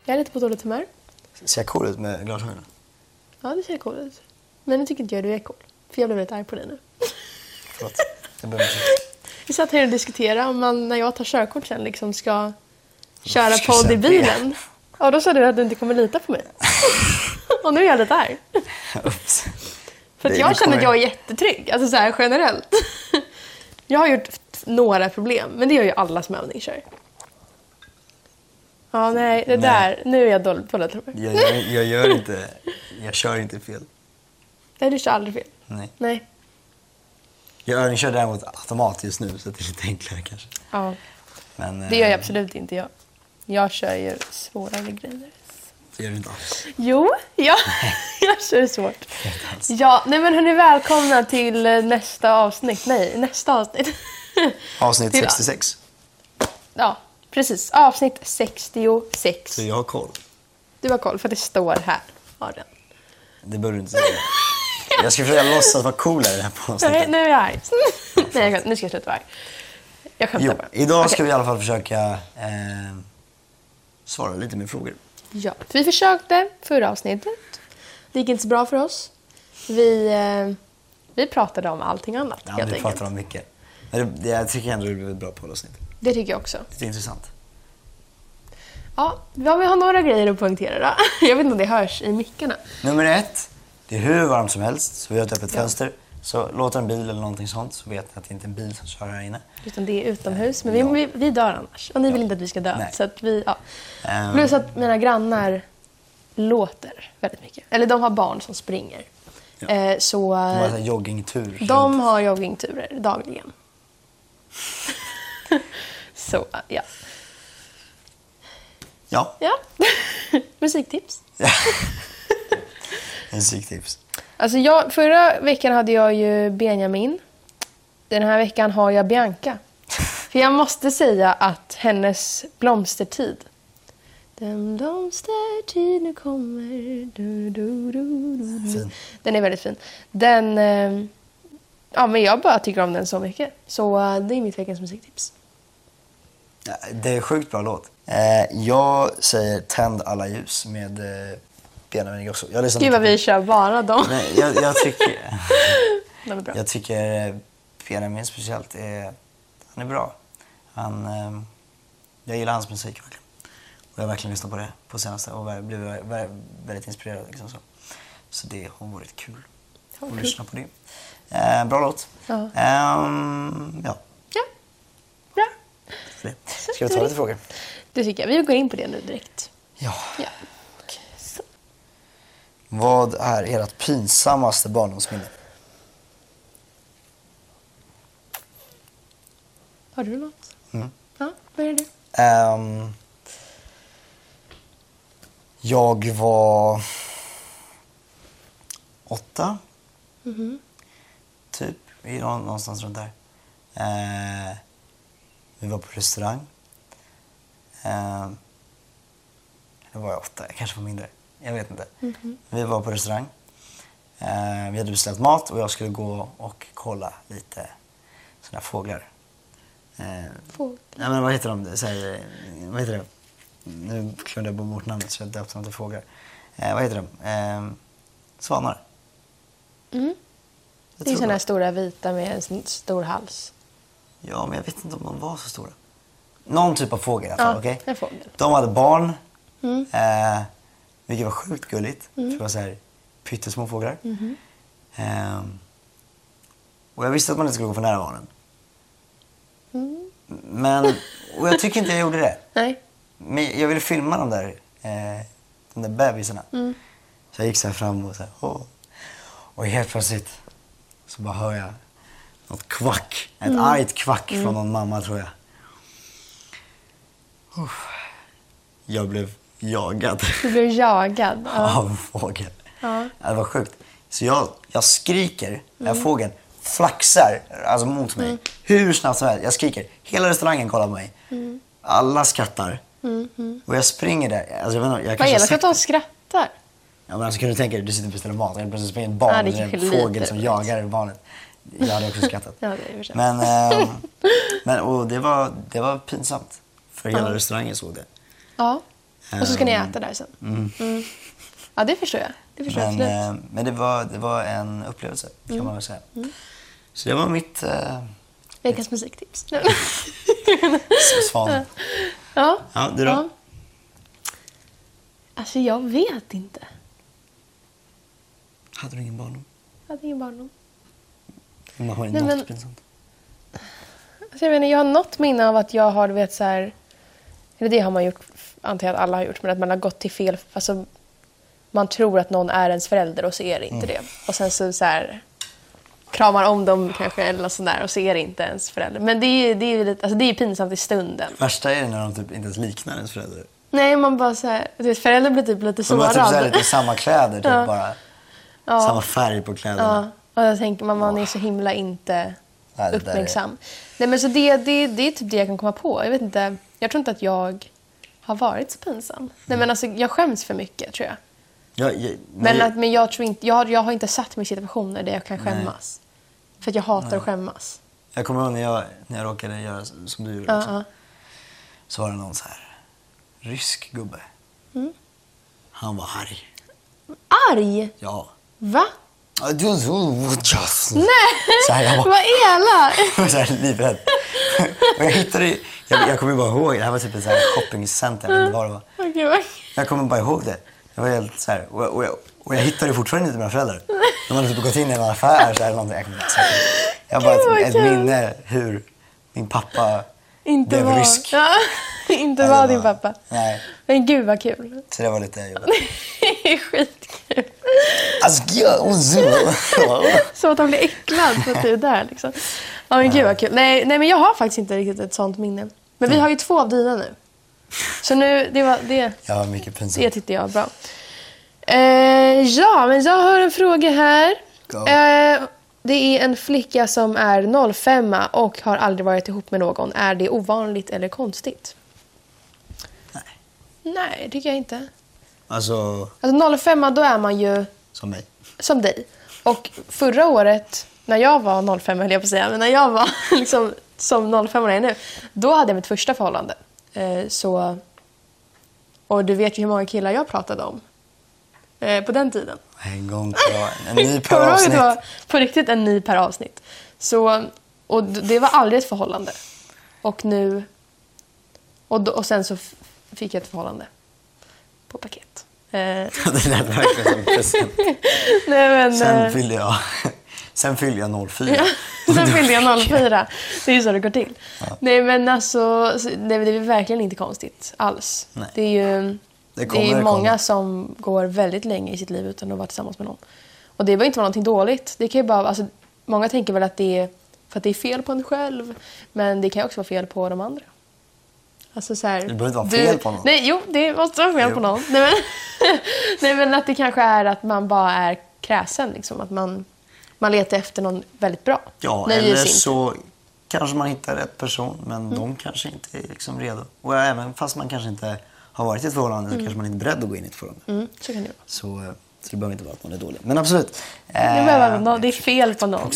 Jag är lite på dåligt humör. Ser jag cool ut med glasögonen? Ja, det ser cool ut. Men nu tycker inte jag du är cool. För jag blev lite arg på dig nu. Förlåt. Jag behöver inte. Vi satt här och diskuterade om man när jag tar körkort sen liksom ska köra ska podd i säga bilen. Ja, då sa du att du inte kommer lita på mig. Och nu är jag lite arg. Ups. För att jag känner att jag är jättetrygg. Alltså så här generellt. Jag har gjort några problem. Men det gör ju alla som övningskör. Ja, nej. Det där. Nu är jag dålig på det. Jag gör inte... Jag kör inte fel. Nej, du kör aldrig fel. Nej. Jag övningskör däremot automat just nu. Så det är lite enklare kanske. Ja. Men, Det gör jag absolut inte jag. Jag kör ju svårare grejer. Det gör du inte alls. Jo, ja. Jag kör svårt. Ja, nej men hörni, välkomna till nästa avsnitt. Avsnitt Till- 66. Ja, precis. Avsnitt 66. Så jag har koll. Du har koll, för det står här. Har den. Det bör du inte säga. Jag ska försöka låtsas vara coolare i det här Nej, avsnittet. nu är jag arg. Nej, nu ska jag sluta vara arg. Jag skämtar Jo, bara. idag Okej. ska vi i alla fall försöka svara lite med frågor. Ja, vi försökte förra avsnittet. Det gick inte så bra för oss. Vi pratade om allting annat, Ja, helt vi enkelt. pratar om mycket. Men jag tycker ändå det blev ett bra poddavsnitt. Det tycker jag också. Lite intressant. Ja, vi har några grejer att poängtera då. Jag vet inte om det hörs i mickarna. Nummer 1. Det är hur varmt som helst. Så vi har ett öppet fönster. Så låter en bil eller någonting sånt så vet ni att det inte är en bil som kör här inne. Utan det är utomhus. Men vi dör annars. Och ni vill inte att vi ska dö. Nej. Så att vi, ja. Plus att mina grannar låter väldigt mycket. Eller de har barn som springer. Ja. Så De har en joggingtur. de har joggingturer dagligen. Så, ja. Ja, Ja. Musiktips. musiktips. Alltså förra veckan hade jag ju Benjamin. Den här veckan har jag Bianca. För jag måste säga att hennes blomstertid. Den blomstertid nu kommer. Fin. Den är väldigt fin. Ja, men jag bara tycker om den så mycket. Så det är mitt veckans musiktips. Ja, det är sjukt bra låt. Jag säger Tänd alla ljus med Benjamin Ingrosso. Jag lyssnar Gud vad mycket vi kör bara dem. på- Nej, jag tycker... Den är bra. Jag tycker Benjamin speciellt han är bra. Jag gillar hans musik verkligen. Och jag har verkligen lyssnat på det på senaste och blivit väldigt inspirerad. Liksom så det har varit kul att lyssna på det. Bra låt. Ja. Ja, Ja. Bra. för det. Ska vi ta lite frågor? Det tycker jag. Vi går in på det nu direkt. Ja. Ja. Så. Vad är ert pinsammaste barndomsminne? Har du något? Mm. Ja, vad är det? Jag var 8. Typ, någonstans runt där. Vi var på restaurang. Det var jag 8, jag kanske var mindre. Jag vet inte. Vi var på restaurang. Vi hade beställt mat och jag skulle gå och kolla lite sådana fåglar. Fågel. Ja, men vad heter de? Vad heter det? Nu glömde jag bort namnet så jag döpte dem till fåglar. Vad heter de? Svanar. Mm. Jag Det är tror såna här stora vita med en stor hals. Ja, men jag vet inte om de var så stora. Någon typ av fågel i alla fall, Ja, okej? en fågel. De hade barn. Vilket var sjukt gulligt. För det var så här pyttesmå fåglar. Och jag visste att man inte skulle gå för nära barnen. Men, och jag tycker inte jag gjorde det. Nej. Men jag ville filma de där bebisarna. Så jag gick så här fram och så här, åh. Och helt plötsligt så bara hör jag något kvack. Ett argt kvack från någon mamma, tror jag. Jag blev jagad Du blev jagad. Ja. av en fågel. Ja. Det var sjukt. Så jag skriker när fågeln flaxar alltså mot mig. Hur snabbt som helst. Jag skriker. Hela restaurangen kollar på mig. Alla skrattar. Och jag springer där. Alltså, jag vet inte, jag Vad kanske är har det för sett att de skrattar? Ja, men alltså, kan du tänka dig, du sitter och beställer mat och plötsligt springer ett barn Ja, det och är en kanske fågel lite som roligt. jagar barnet. Jag hade också skrattat. Ja, det är ju så. Men och det var pinsamt. För hela restaurangen såg det. Ja. Och så ska ni äta där sen. Mm. Ja, det förstår jag. Det förstår jag absolut. Men det var en upplevelse, kan man väl säga. Så det var mitt... Veckans musiktips. Svan. Ja. Ja, du då? Ja. Alltså, jag vet inte. Hade du ingen barndom? Jag hade ingen barndom. Man har ju Nej, men- något pinsamt. Alltså, jag vet inte, jag har något minne av att jag har, du vet, så här... Eller det har man gjort, antar jag att alla har gjort. Men att man har gått till fel... Alltså, man tror att någon är ens förälder och så är det inte det. Och sen så här... Kramar om dem kanske eller något sånt där och så är det inte ens förälder. Men det är lite, alltså det är pinsamt i stunden. Värsta är det när de typ inte ens liknar ens föräldrar. Nej, man bara så här... Du vet, föräldern blir typ lite De sårad. har typ så här lite samma kläder, typ bara. Samma färg på kläderna. Ja, och då tänker man är så himla inte Nej, det där uppmärksam. Nej, men så det är typ det jag kan komma på. Jag vet inte, jag tror inte att jag har varit så pinsam. Nej, men alltså, jag skäms för mycket, tror jag. Men jag tror inte, jag har inte satt mig i situationer där jag kan skämmas. För att jag hatar att skämmas. Jag kommer ihåg när jag råkade göra som du gjorde också. Så var det någon så här rysk gubbe. Han var arg. Arg? Ja. Va? Nej! Nej! Så här, jag var Vad elak! jag var så här livrädd. Och jag hittade jag kommer bara ihåg, det här var typ ett så här shoppingcenter, jag vet inte vad det var. Okay. Jag kommer bara ihåg det. Jag var helt så här, och jag hittade fortfarande inte mina föräldrar. De hade typ gått in i en affär så här, någonting. Jag bara ett minne hur min pappa Inte blev var rysk. Ja, inte Nej, var det din pappa. Nej, Men gud vad kul. så det var lite jobbigt. Det är skitkul. Alltså, Så att han blir äcklad för att du är där liksom. Ja, men gud vad kul. Nej, men jag har faktiskt inte riktigt ett sånt minne. Men vi har ju 2 av dina nu. Så nu, det Ja, mycket pinsamt. det tyckte jag var bra. Ja, men jag har en fråga här. Go. Det är en flicka som är 05 och har aldrig varit ihop med någon. Är det ovanligt eller konstigt? Nej. Nej, det tycker jag inte. Alltså, 05, då är man ju som mig. som dig. Och förra året, när jag var 05 höll jag på att säga, men när jag var liksom som 05 är nu, då hade jag mitt första förhållande. Och du vet ju hur många killar jag pratade om på den tiden. En gång en ny per Kommer du ihåg att avsnitt. det var på riktigt en ny per avsnitt? Och det var aldrig ett förhållande. Och nu... Och sen så fick jag ett förhållande. På paket. Det lät verkligen som present. Nej, men, Sen fyllde jag 04. Ja, sen fyllde jag 04. Det är ju så det går till. Ja. Nej, men alltså... Det är verkligen inte konstigt alls. Nej. Det är ju... Det är många som går väldigt länge i sitt liv utan att vara tillsammans med någon. Och det behöver inte vara någonting dåligt. Det kan ju bara, alltså, många tänker väl att det är för att det är fel på en själv. Men det kan ju också vara fel på de andra. Alltså, så här, det behöver inte vara fel på någon. Nej, jo, det måste vara fel på någon. Nej, men att det kanske är att man bara är kräsen. Liksom. Att man letar efter någon väldigt bra. Ja, eller så kanske man hittar rätt person. Men de kanske inte är liksom redo. Och även fast man kanske inte har varit i ett förhållande så kanske man inte är beredd att gå in i ett förhållande. Så kan det vara. Så det behöver inte vara att någon är dålig. Men absolut. Det är fel på någon.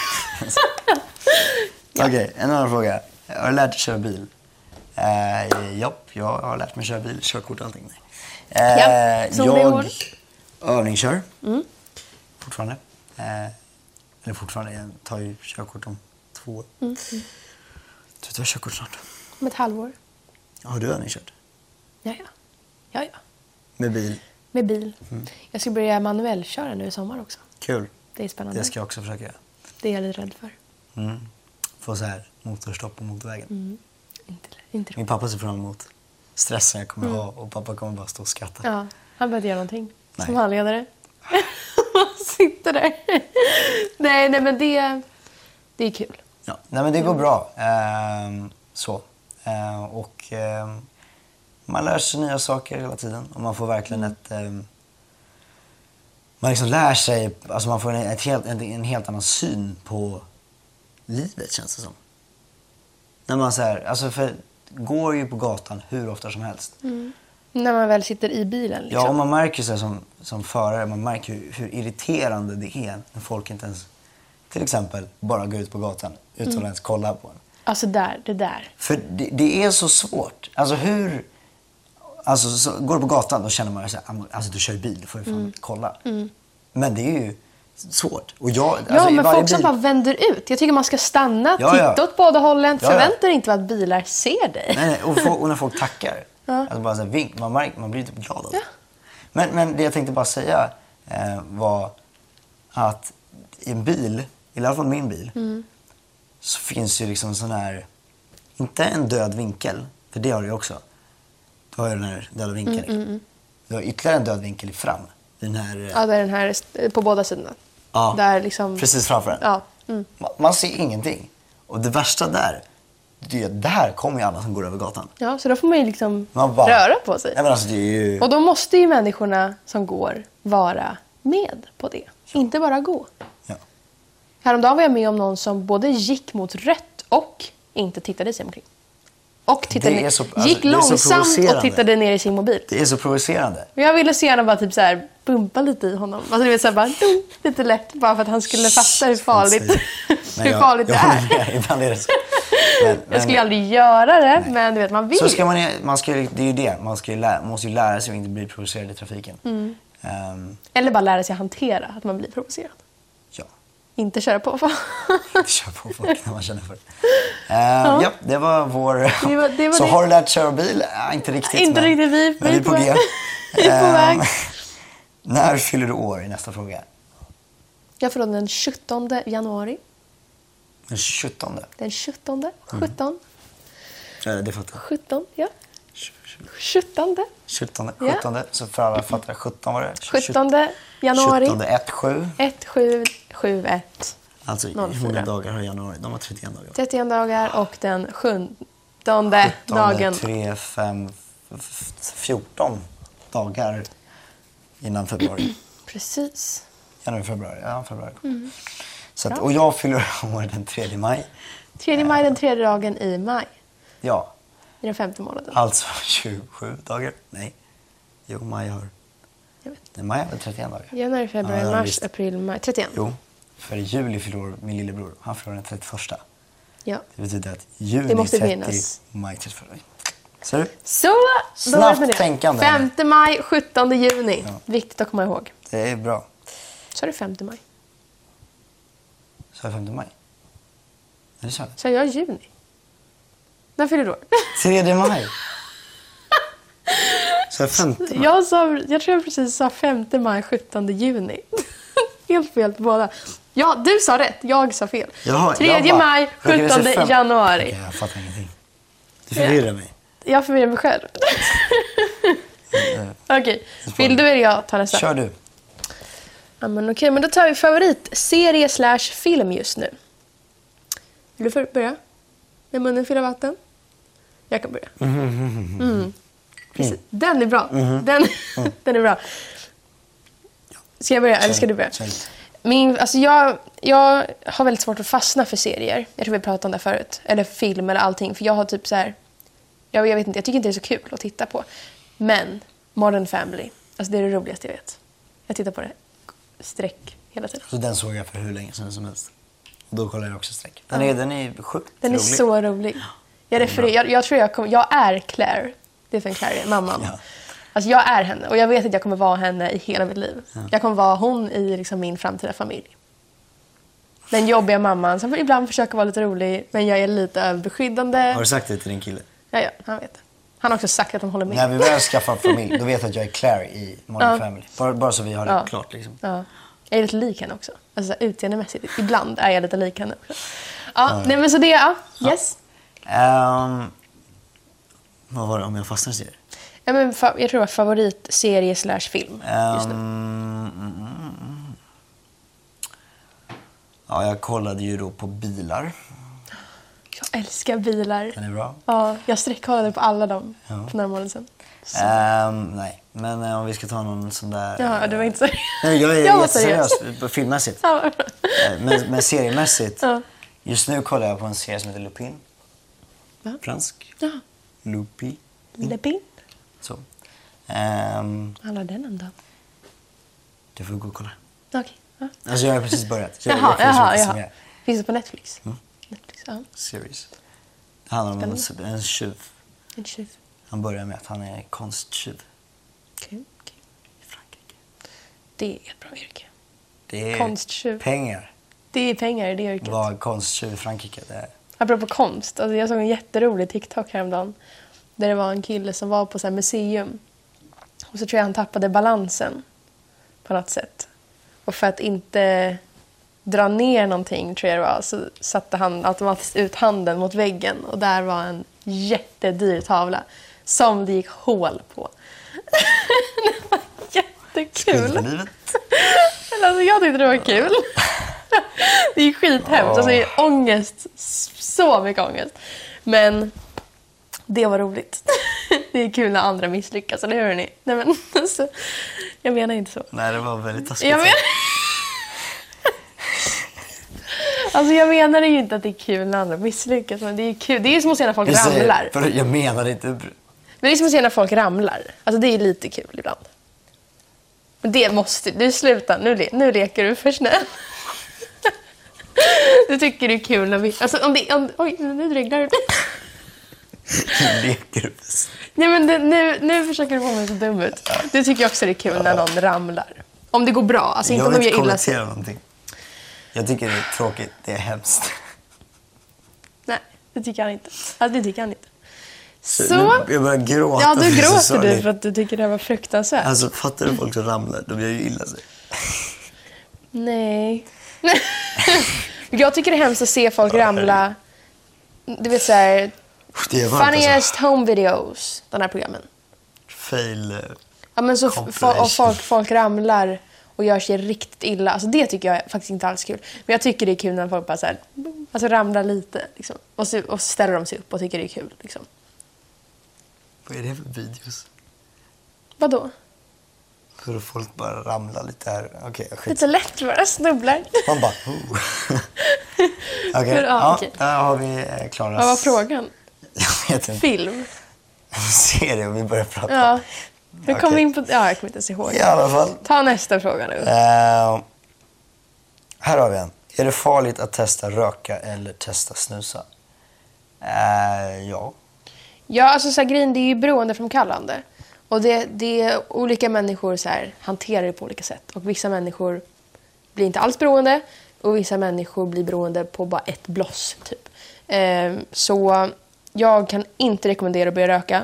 Okej, en annan fråga. Har du lärt dig köra bil? Ja, jag har lärt mig köra bil. Körkort och allting. Jag övningskör. Fortfarande. Eller fortfarande. Jag tar ju körkort om 2 år. Du tar körkort snart. Om ett halvår. Har du övningskört? Ja. Med bil? Med bil. Jag ska börja manuellköra nu i sommar också. Kul. Det är spännande. Det ska jag också försöka göra. Det är jag lite rädd för. Få så här motorstopp på motorvägen. Inte Min pappa ser fram emot stressen jag kommer ha och pappa kommer bara stå och skratta. Ja, han behöver göra någonting. Nej. Som handledare. Sitter där. Nej, men det är kul. Ja. Nej, men det går bra. Man lär sig nya saker hela tiden. Och man får verkligen man liksom lär sig, alltså man får en helt annan syn på livet, känns det som. När man så här, alltså för går ju på gatan hur ofta som helst. När man väl sitter i bilen liksom. Ja, och man märker så som förare, man märker hur irriterande det är när folk inte ens, till exempel, bara går ut på gatan utan att ens kolla på en. Alltså det där. För det är så svårt. Alltså Alltså, så går du på gatan då känner man ju så här, alltså du kör ju bil, du får ju fan kolla. Men det är ju svårt. Och jag, Ja, alltså, men folk som bara vänder ut. Jag tycker man ska stanna, titta åt båda hållen. Förvänta dig inte att bilar ser dig. Nej, och när folk tackar. Alltså bara så här, vink, man blir typ glad av det. Men det jag tänkte bara säga var att i en bil, i alla fall min bil, så finns ju liksom sån här, inte en död vinkel, för det har du ju också. Du har ju den här döda vinkeln. Du har ytterligare en död vinkel i fram. Den här, Ja, det är den här på båda sidorna. ja, Där liksom... precis framför den. Ja. Man ser ingenting. Och det värsta där, det är att där kommer ju alla som går över gatan. Ja, så då får man ju liksom Man bara, röra på sig. Nej, men alltså, det är ju... Och då måste ju människorna som går vara med på det. Inte bara gå. Ja. Häromdagen var jag med om någon som både gick mot rött och inte tittade sig omkring. Och tittade Det är ner. så- alltså, gick det är så långsamt och provocerande. tittade ner i sin mobil. Det är så provocerande. Men jag ville så gärna bara typ så här bumpa lite i honom. Alltså du vet så här bara lite lätt bara för att han skulle fatta hur farligt hur farligt det är. Ibland är det så. Jag skulle ju aldrig göra det, men du vet man vill. Så ska det är ju det. Man måste ju lära sig att inte bli provocerad i trafiken. Eller bara lära sig hantera att man blir provocerad. Ja, Inte köra på. inte köra på folk när man känner för det. Ja, det var vår... Det var så det. har du lärt köra bil? Inte riktigt. Inte men, riktigt, men vi är på G. Vi är på väg. När fyller du år i nästa fråga? Jag får den 17 januari. Den 17. Den 17. 17. Det fattar jag. 17, ja. 17. 17. Ja. 17. Så för alla fattar 17 var det. 17 januari. 17. 1-7. 1771. Alltså 04. hur många dagar har januari? De har 31 dagar. 31 dagar och den 17 dagen. 3, 5, 14 dagar innan februari. Precis. Januari, februari. Ja, februari. Så att, och jag fyller år den 3 maj. 3 maj, den tredje dagen i maj. Ja, I den 5:e månaden. alltså 27 dagar. Nej. Jo, maj har... Jag vet. Nej, maj har väl 31 dagar. Januari, februari, Ja, mars, visst. april, maj. 31. Jo, för i juli fyller år min lillebror. Han fyller den 31. Ja. Det betyder att juni Det måste 30, finnas. maj 31. Ser du? Så, då Snabbt är det. tänkande. 5 maj, 17 juni. Viktigt att komma ihåg. Det är bra. Så är det 5 maj. Så är det 5 maj. Är det så? Så jag juni. När fyller du år? 3 maj. Så är det 5 maj. Jag tror jag precis sa 5 maj, 17 juni. Helt fel på båda. Ja, du sa rätt. Jag sa fel. Jaha, 3 jag bara- maj, Okej, det 17 ser fem- januari. Okej, jag fattar ingenting. Du förvirrar mig. Jag förvirrar mig själv. Okej, vill du eller jag ta nästa? Kör du. Ja, men okej, men då tar vi favoritserie/film just nu. Vill du börja? Med munnen fyller vatten? Jag kan börja. Precis. Den är bra. Den är bra. Ska jag börja eller ska du börja? Kör. Jag har väldigt svårt att fastna för serier. Jag tror vi pratade om det förut. Eller film eller allting. För jag har typ så här... Jag vet inte, jag tycker inte det är så kul att titta på. Men Modern Family. Alltså det är det roligaste jag vet. Jag tittar på det streck hela tiden. Så den såg jag för hur länge sedan som helst. Och då kollade jag också streck. Den är sjukt Den är rolig. så rolig. Jag tror jag är Claire. Det är för en Claire, mamman. Ja. Alltså jag är henne och jag vet att jag kommer vara henne i hela mitt liv. Jag kommer vara hon i liksom min framtida familj. Den jobbiga mamman som ibland försöker vara lite rolig men jag är lite överbeskyddande. Har du sagt det till din kille? Ja, han vet det. Han har också sagt att de håller med. När vi väl skaffar familj, då vet jag att jag är Claire i Modern Family. Bara så vi har det klart liksom. Ja. Jag är lite lik henne också. Alltså utseendemässigt. Ibland är jag lite lik henne också. Ja, nej men så det, yes. Vad var det om jag fastnar i det? Ja, men jag tror det var favoritserie/film just nu. Ja, jag kollade ju då på bilar. Jag älskar bilar. Den är bra. Ja, jag sträckkollade på alla dem för några månader sedan. Nej, men om vi ska ta någon sån där... Ja, det var inte så. Nej, jag är Jag var jätteseriös filmmässigt. Ja. Men seriemässigt. Ja. Just nu kollar jag på en serie som heter Lupin. Va? Fransk. Ja. Lupin. Lepin. Så. Handlar den om då? Du får gå och kolla. Okej. Ja. Alltså jag har precis börjat. Jaha. Finns det på Netflix? Netflix, ja. Series. Det handlar om en tjuv. En tjuv. Han börjar med att han är konsttjuv Okej. i Frankrike. Det är ett bra yrke. Det är Konsttjuv. pengar. Det är pengar i det yrket. Var konsttjuv i Frankrike. Det är... Apropå konst, alltså jag såg en jätterolig TikTok häromdagen. Där det var en kille som var på så här museum. Och så tror jag han tappade balansen på något sätt. Och för att inte dra ner någonting, tror jag det var, så satte han automatiskt ut handen mot väggen. Och där var en jättedyr tavla som det gick hål på. Det var jättekul. För livet. Alltså, jag tyckte det var kul. Det är skithemskt. Alltså, det är ångest. Så mycket ångest. Men det var roligt. Det är kul när andra misslyckas, eller hur ni? Nej, men alltså, jag menar inte så. Nej, det var väldigt taskigt. Alltså jag menar ju inte att det är kul när andra misslyckas, men det är kul. Det är som att se när folk ramlar. Jag menar inte... Men det är som att se när folk ramlar. Alltså det är lite kul ibland. Men det måste... Du slutar. Nu leker du för snäll. Du tycker det är kul när vi... Alltså oj, nu dreglar du. Leker du för snäll? Nej, men nu försöker du få mig så dum ut. Du tycker också det är kul när någon ramlar. Om det går bra. Alltså inte om de gör illa sig. Någonting. Jag tycker det är tråkigt. Det är hemskt. Nej, det tycker han inte. Alltså det tycker han inte. Så... Jag börjar gråta. Ja, du gråter du för att du tycker det var fruktansvärt. Alltså, fattar du folk som ramlar? De gör ju illa sig. Nej. Jag tycker det är hemskt att se folk ramla. Du vet såhär... Funniest home videos. Den här programmen. Fail. Ja, men så folk ramlar och gör sig riktigt illa. Alltså det tycker jag faktiskt inte alls kul. Men jag tycker det är kul när folk bara så här, alltså ramlar lite. Liksom. Och så ställer de sig upp och tycker det är kul. Liksom. Vad är det för videos? Vadå? För folk bara ramlar lite här. Okej, skit. Lite lätt bara, snubblar. Man bara... Okej, där har vi klarat. Vad var frågan? Jag vet inte. Film. Serie om vi börjar prata. Ja. Nu kom vi in på... Ja, jag kommer inte ens ihåg. I alla fall. Ta nästa fråga nu. Här har vi en. Är det farligt att testa röka eller testa snusa? Ja. Ja, alltså så här, grejen, det är ju beroendeframkallande. Och det är olika människor så här, hanterar det på olika sätt. Och vissa människor blir inte alls beroende. Och vissa människor blir beroende på bara ett bloss, typ. Så jag kan inte rekommendera att börja röka.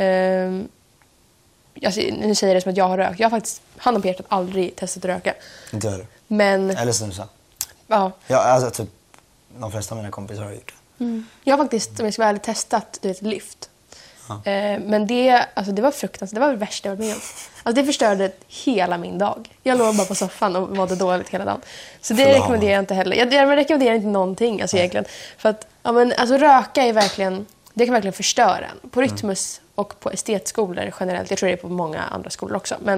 Alltså, nu säger jag det som att jag har rökt. Jag har faktiskt, hand på hjärtat, aldrig testat att röka. Inte jag. Men... Eller snusa. Ja. Ja, alltså typ, de flesta av mina kompisar har gjort det. Jag har faktiskt, om jag ska vara ärlig, testat lyft. Men det var fruktansvärt. Det var det värsta jag varit med om. Alltså det förstörde hela min dag. Jag låg bara på soffan och mådde dåligt hela dagen. Så det rekommenderar jag inte heller. Jag rekommenderar inte någonting, alltså, egentligen. För att, ja, men, alltså, röka är verkligen... Det kan verkligen förstöra en. På Rytmus och på estetskolor generellt. Jag tror det är på många andra skolor också. Men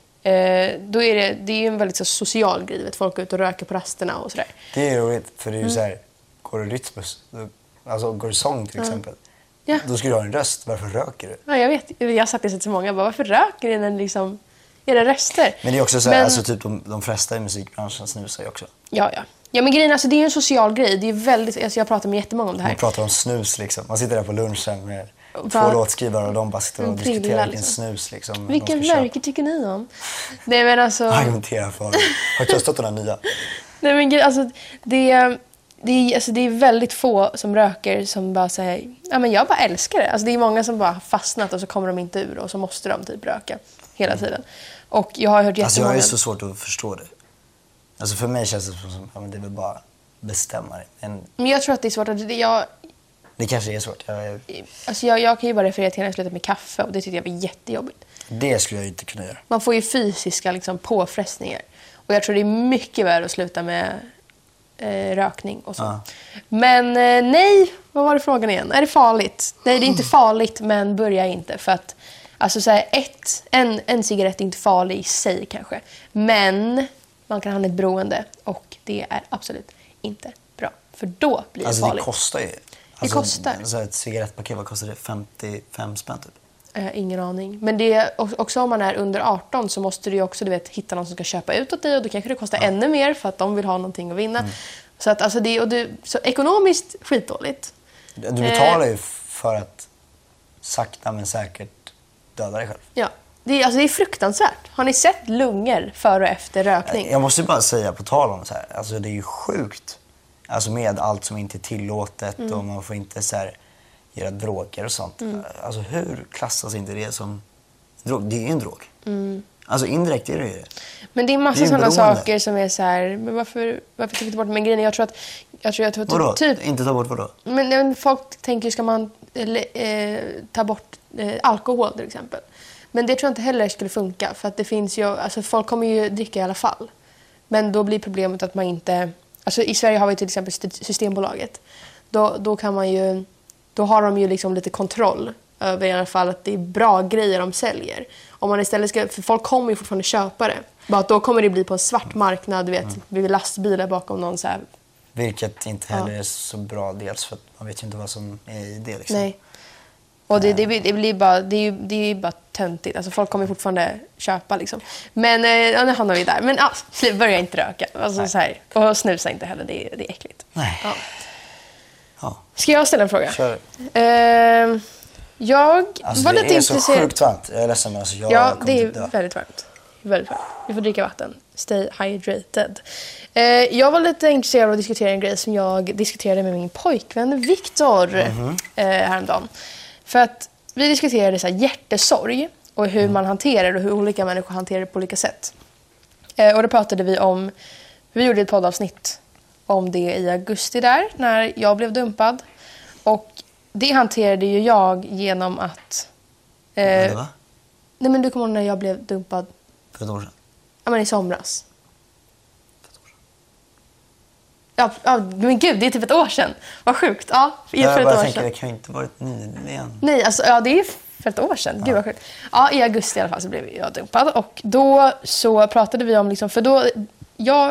då är det är en väldigt så social grej. Vet, folk går ut och röker på rasterna och sådär. Det är roligt, för det är ju så här, går du Rytmus, alltså går du sång till exempel. Ja. Då ska du ha en röst. Varför röker du? Ja, jag vet. Jag har sagt det till många. Varför röker du när liksom... Är det röster? Men det är också så här, alltså typ de flesta i musikbranschen snusar ju också. Ja. Ja, men grejen, alltså det är en social grej. Det är väldigt, alltså jag pratar med jättemånga om det här. Man pratar om snus liksom. Man sitter där på lunchen med två låtskrivare och de bara sitter och diskuterar vilken snus liksom. Vilken märke tycker ni om? Nej, men alltså... Argumentera för det. Har du testat den nya? Nej, men alltså det är väldigt få som röker som bara säger, ja men jag bara älskar det. Alltså det är många som bara har fastnat och så kommer de inte ur och så måste de typ röka hela tiden. Och jag har hört jättemånga... Alltså jag är så svårt att förstå det. Alltså för mig känns det som att det är väl bara bestämma det. Men jag tror att det är svårt att... Det kanske är svårt. Alltså jag kan ju bara referera till när jag slutade med kaffe och det tyckte jag var jättejobbigt. Det skulle jag inte kunna göra. Man får ju fysiska liksom, påfrestningar. Och jag tror det är mycket värre att sluta med rökning och så. Ja. Men nej, vad var det frågan igen? Är det farligt? Nej, det är inte farligt, men börja inte. För att alltså, så här, en cigarett är inte farlig i sig kanske. Men man kan ha ett beroende och det är absolut inte bra. För då blir det farligt. Det kostar ju. Det kostar. Så ett cigarettpaket, vad kostar det? 55 spänn typ? Ingen aning. Men det är också om man är under 18 så måste du ju också hitta någon som ska köpa ut åt dig och då kanske det kostar ännu mer för att de vill ha någonting att vinna. Så att alltså så ekonomiskt skitdåligt. Du betalar ju för att sakta men säkert döda dig själv. Ja. Det är fruktansvärt. Har ni sett lungor före och efter rökning? Jag måste bara säga på tal om så här, alltså det är ju sjukt. Alltså med allt som inte är tillåtet och man får inte så här göra droger och sånt. Alltså hur klassas inte det som drog? Det är ju en drog. Alltså indirekt är det ju det. Men det är massa Det är ju sådana beroende. saker som är så här, men varför tar vi inte bort? Men grejen är, jag tror att Vadå? typ Inte ta bort vadå? men folk tänker, ska man ta bort alkohol till exempel. Men det tror jag inte heller skulle funka, för att det finns ju, alltså folk kommer ju dricka i alla fall. Men då blir problemet att man inte, alltså i Sverige har vi till exempel Systembolaget. Då kan man ju, då har de ju liksom lite kontroll över i alla fall att det är bra grejer de säljer. Om man istället ska, för folk kommer ju fortfarande köpa det. Bara att då kommer det bli på en svart marknad, du vet, vid lastbilar bakom någon så här. Vilket inte heller är så bra, dels för att man vet ju inte vad som är i det liksom. Nej. Och det blir bara, det är ju bara töntigt. Alltså folk kommer fortfarande köpa liksom. Men nu hamnar vi där. Men börja inte röka. Alltså, så här. Och snusa inte heller, det är äckligt. Nej. Ja. Ja. Ska jag ställa en fråga? Kör. Jag Alltså var det lite är så intresserad. sjukt varmt. Jag är ledsen, men alltså jag Ja, kommer det är typ dö. väldigt varmt. Väldigt varmt. Vi får dricka vatten. Stay hydrated. Jag var lite intresserad av att diskutera en grej som jag diskuterade med min pojkvän Viktor häromdagen. För att vi diskuterade så här hjärtesorg och hur man hanterar det och hur olika människor hanterar det på olika sätt. Och då pratade vi om, vi gjorde ett poddavsnitt om det i augusti där, när jag blev dumpad. Och det hanterade ju jag genom att... Eller va? Nej, men du kommer ihåg när jag blev dumpad? För ett år sedan. Ja, men i somras. Ja, men gud, det är typ ett år sedan. Vad sjukt. Ja, för Jag ett bara år tänker, sedan. det kan ju inte varit nyligen. Nej, alltså, ja, det är för ett år sedan. Gud vad sjukt. Ja, i augusti i alla fall så blev jag dumpad. Och då så pratade vi om, liksom, för då, jag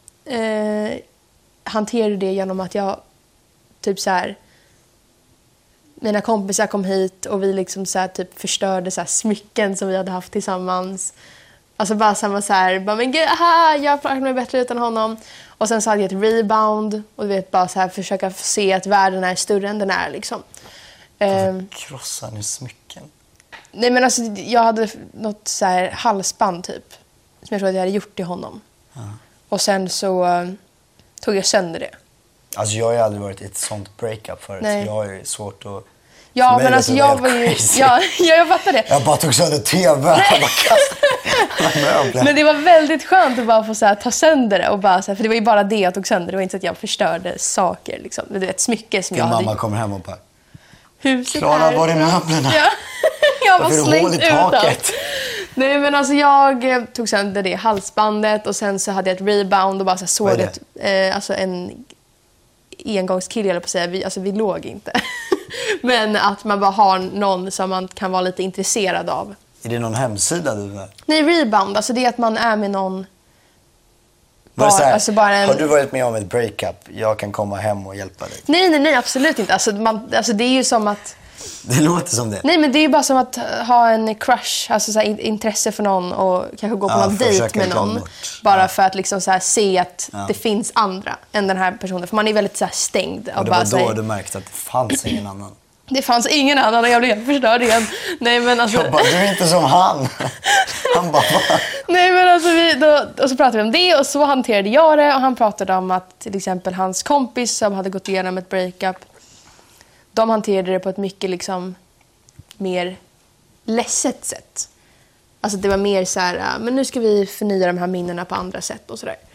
hanterade det genom att jag typ så här, mina kompisar kom hit och vi liksom så här, typ förstörde så här, smycken som vi hade haft tillsammans. Alltså bara samma så här, bara, men gud, aha, jag klarar mig bättre utan honom. Och sen så hade jag ett rebound och du vet, bara så här försöka se att världen är större än den är liksom. Krossar ni smycken? Nej, men alltså jag hade något så här halsband typ som jag tror att jag hade gjort till honom. Och sen så tog jag sönder det. Alltså jag har ju aldrig varit i ett sånt breakup förut. Nej. Jag har ju svårt att... Ja, För mig men lät alltså det jag helt var ju... crazy. Ja, jag fattar det. Jag bara tog sönder tvn. Jag bara kastade möbler. Men det var väldigt skönt att bara få så här, ta sönder det. Och bara, så här, för det var ju bara det jag tog sönder. Det var inte så att jag förstörde saker. Liksom. Det är ett smycke som Din jag mamma hade... kommer hem och bara... Huset Klara, här. var är möblerna? Ja. Jag var Varför är det hål slängt i ut taket? allt. Nej, men alltså jag tog sönder det halsbandet och sen så hade jag ett rebound och bara så här såg Vad är ett, alltså en engångskill, jag på att säga. Vi låg inte. Men att man bara har någon som man kan vara lite intresserad av. Är det någon hemsida du är? Nej, rebound. Alltså det är att man är med någon... Var det så här, alltså bara en... Har du varit med om ett breakup? Jag kan komma hem och hjälpa dig. Nej, absolut inte. Alltså det är ju som att... Det låter som det. Nej, men det är ju bara som att ha en crush, alltså så här, intresse för någon och kanske gå på någon dejt försöka med glömma någon. bort. Bara för att liksom så här se att det finns andra än den här personen. För man är väldigt så här stängd. Och det bara var så då här, du märkte att det fanns ingen annan. det fanns ingen annan och jag blev helt förstörd igen. Nej, men alltså... Jag bara, du är inte som han. Han bara, va? Nej, men alltså och så pratade vi om det och så hanterade jag det. Och han pratade om att till exempel hans kompis som hade gått igenom ett breakup, de hanterade det på ett mycket liksom mer ledset sätt. Alltså det var mer så här, men nu ska vi förnya de här minnena på andra sätt och sådär.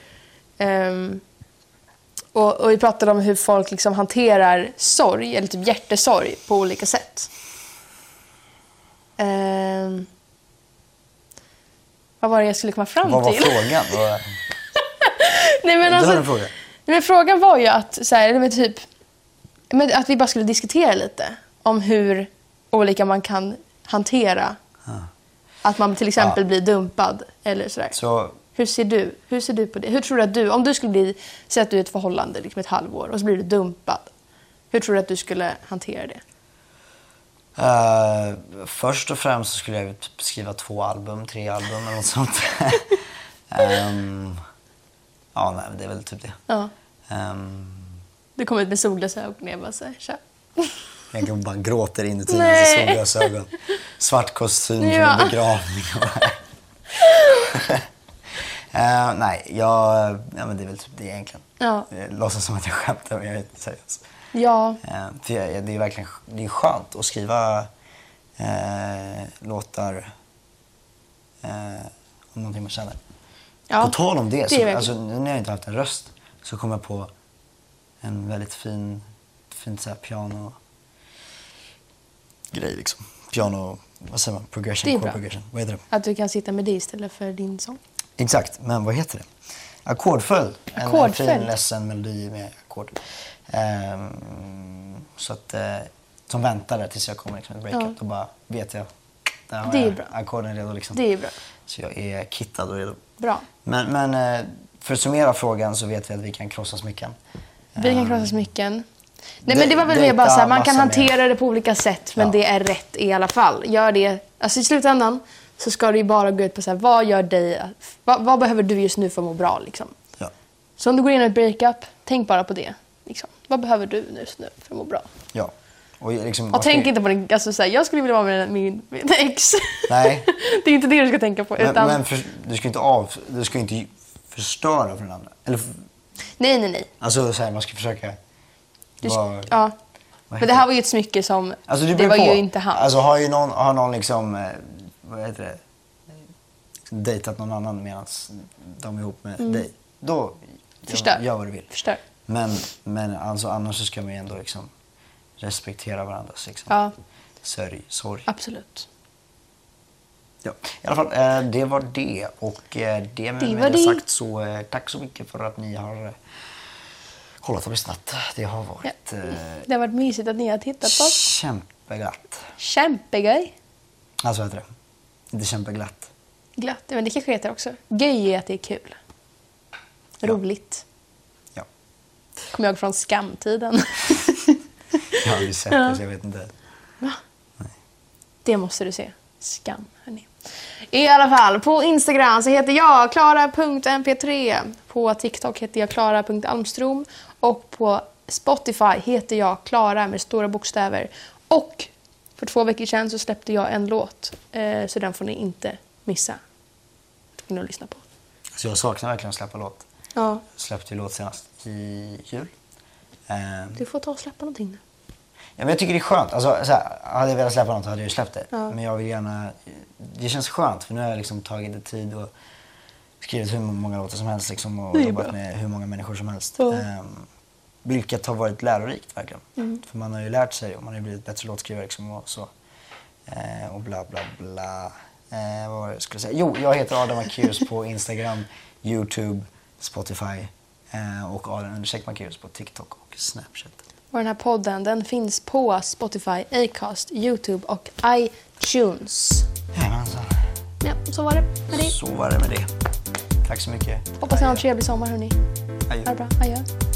Och vi pratade om hur folk liksom hanterar sorg, eller typ hjärtesorg, på olika sätt. Vad var det jag skulle komma fram Vad var till? frågan? Nej, men Du alltså, har en fråga. men frågan var ju att, så här, men typ, men att vi bara skulle diskutera lite om hur olika man kan hantera att man till exempel blir dumpad eller sådär. Så, Hur ser du på det? Hur tror du att du, om du skulle bli, säg att du är i ett förhållande liksom ett halvår och så blir du dumpad. Hur tror du att du skulle hantera det? först och främst så skulle jag typ skriva 2 album, 3 album eller något sånt. Ja, nej, det är väl typ det. Ja. Ehm, Du kommer ut med solglasögon och jag bara så här, tja. Jag bara gråter inuti med solglasögon. Svart kostym från en begravning. Nej, men det är väl typ det egentligen. Ja. Jag låtsas som att jag skämtar, men jag är inte seriös. Ja. För det är verkligen skönt att skriva låtar om någonting man känner. Ja. På tal om det, så, är alltså, nu när jag inte haft en röst så kom jag på en väldigt fint så här piano grej liksom. Piano, vad säger man? Progression, chord progression. Vad heter det? Att du kan sitta med det istället för din sång. Exakt, men vad heter det? Ackordföljd. En fin ledsen melodi med ackord. Så att som väntar där tills jag kommer liksom ett breakup. Då bara vet jag. Där har jag ackorden redo liksom. Det är bra. Så jag är kittad och redo. Bra. Men för att summera frågan så vet vi att vi kan krossa smycken. Vi kan krossa smycken. Nej, men det var väl mer bara så här, man kan hantera det på olika sätt, men det är rätt i alla fall. Gör det. Alltså i slutändan så ska det ju bara gå ut på så här, vad gör dig, vad behöver du just nu för att må bra liksom. Ja. Så om du går in i ett breakup, tänk bara på det liksom. Vad behöver du just nu för att må bra? Ja. Och tänk inte på det, alltså så här, jag skulle vilja vara med min ex. Nej. Det är inte det du ska tänka på. Men du ska inte förstöra för den andra. Eller, nej. alltså så här, man ska försöka ja. Men det här var ju ett smycke som, alltså, det var ju inte han. Alltså har någon liksom, vad heter det, dejtat någon annan medan de är ihop med dig. Då gör vad du vill. Förstör. Men alltså, annars så ska man ju ändå liksom respektera varandras liksom, sorg. Absolut. Ja, i alla fall, det var det. Och det med det sagt så tack så mycket för att ni har kollat och lyssnat. Det har varit... det har varit mysigt att ni har tittat på oss. Kämpeglatt. Kämpegöj. Alltså heter det. Inte kämpeglatt. Glatt, men det kanske heter också. Göj är att det är kul. Roligt. Ja. Kommer jag från skamtiden. Jag har aldrig sett det, så jag vet inte. Va? Nej. Det måste du se. Skam, hörni. I alla fall, på Instagram så heter jag Klara.mp3. På TikTok heter jag Klara.almstrom. Och på Spotify heter jag Klara med stora bokstäver. Och för 2 veckor sedan så släppte jag en låt. Så den får ni inte missa. Det kan ni lyssna på. Så jag saknar verkligen att släppa låt. Ja. Jag släppte låt senast i jul. Du får ta och släppa någonting nu. Ja, men jag tycker det är skönt. Alltså, så här, hade jag velat släppa något hade jag ju släppt det. Ja. Men jag vill gärna... Det känns skönt för nu har jag liksom tagit det tid och skrivit hur många låtar som helst liksom, och jobbat med hur många människor som helst. Ja. Vilket har varit lärorikt verkligen. För man har ju lärt sig och man har ju blivit bättre låtskrivare liksom, och så. Och bla bla bla. Vad var det jag skulle säga? Jo, jag heter Adam Marcus på Instagram, YouTube, Spotify och Adam_Marcus på TikTok och Snapchat. Och den här podden, den finns på Spotify, Acast, YouTube och iTunes. Jajamensan. Ja, så var det med det. Så var det med det. Tack så mycket. Hoppas ni har en trevlig sommar, hörni. Adjö. Ha det bra. Adjö.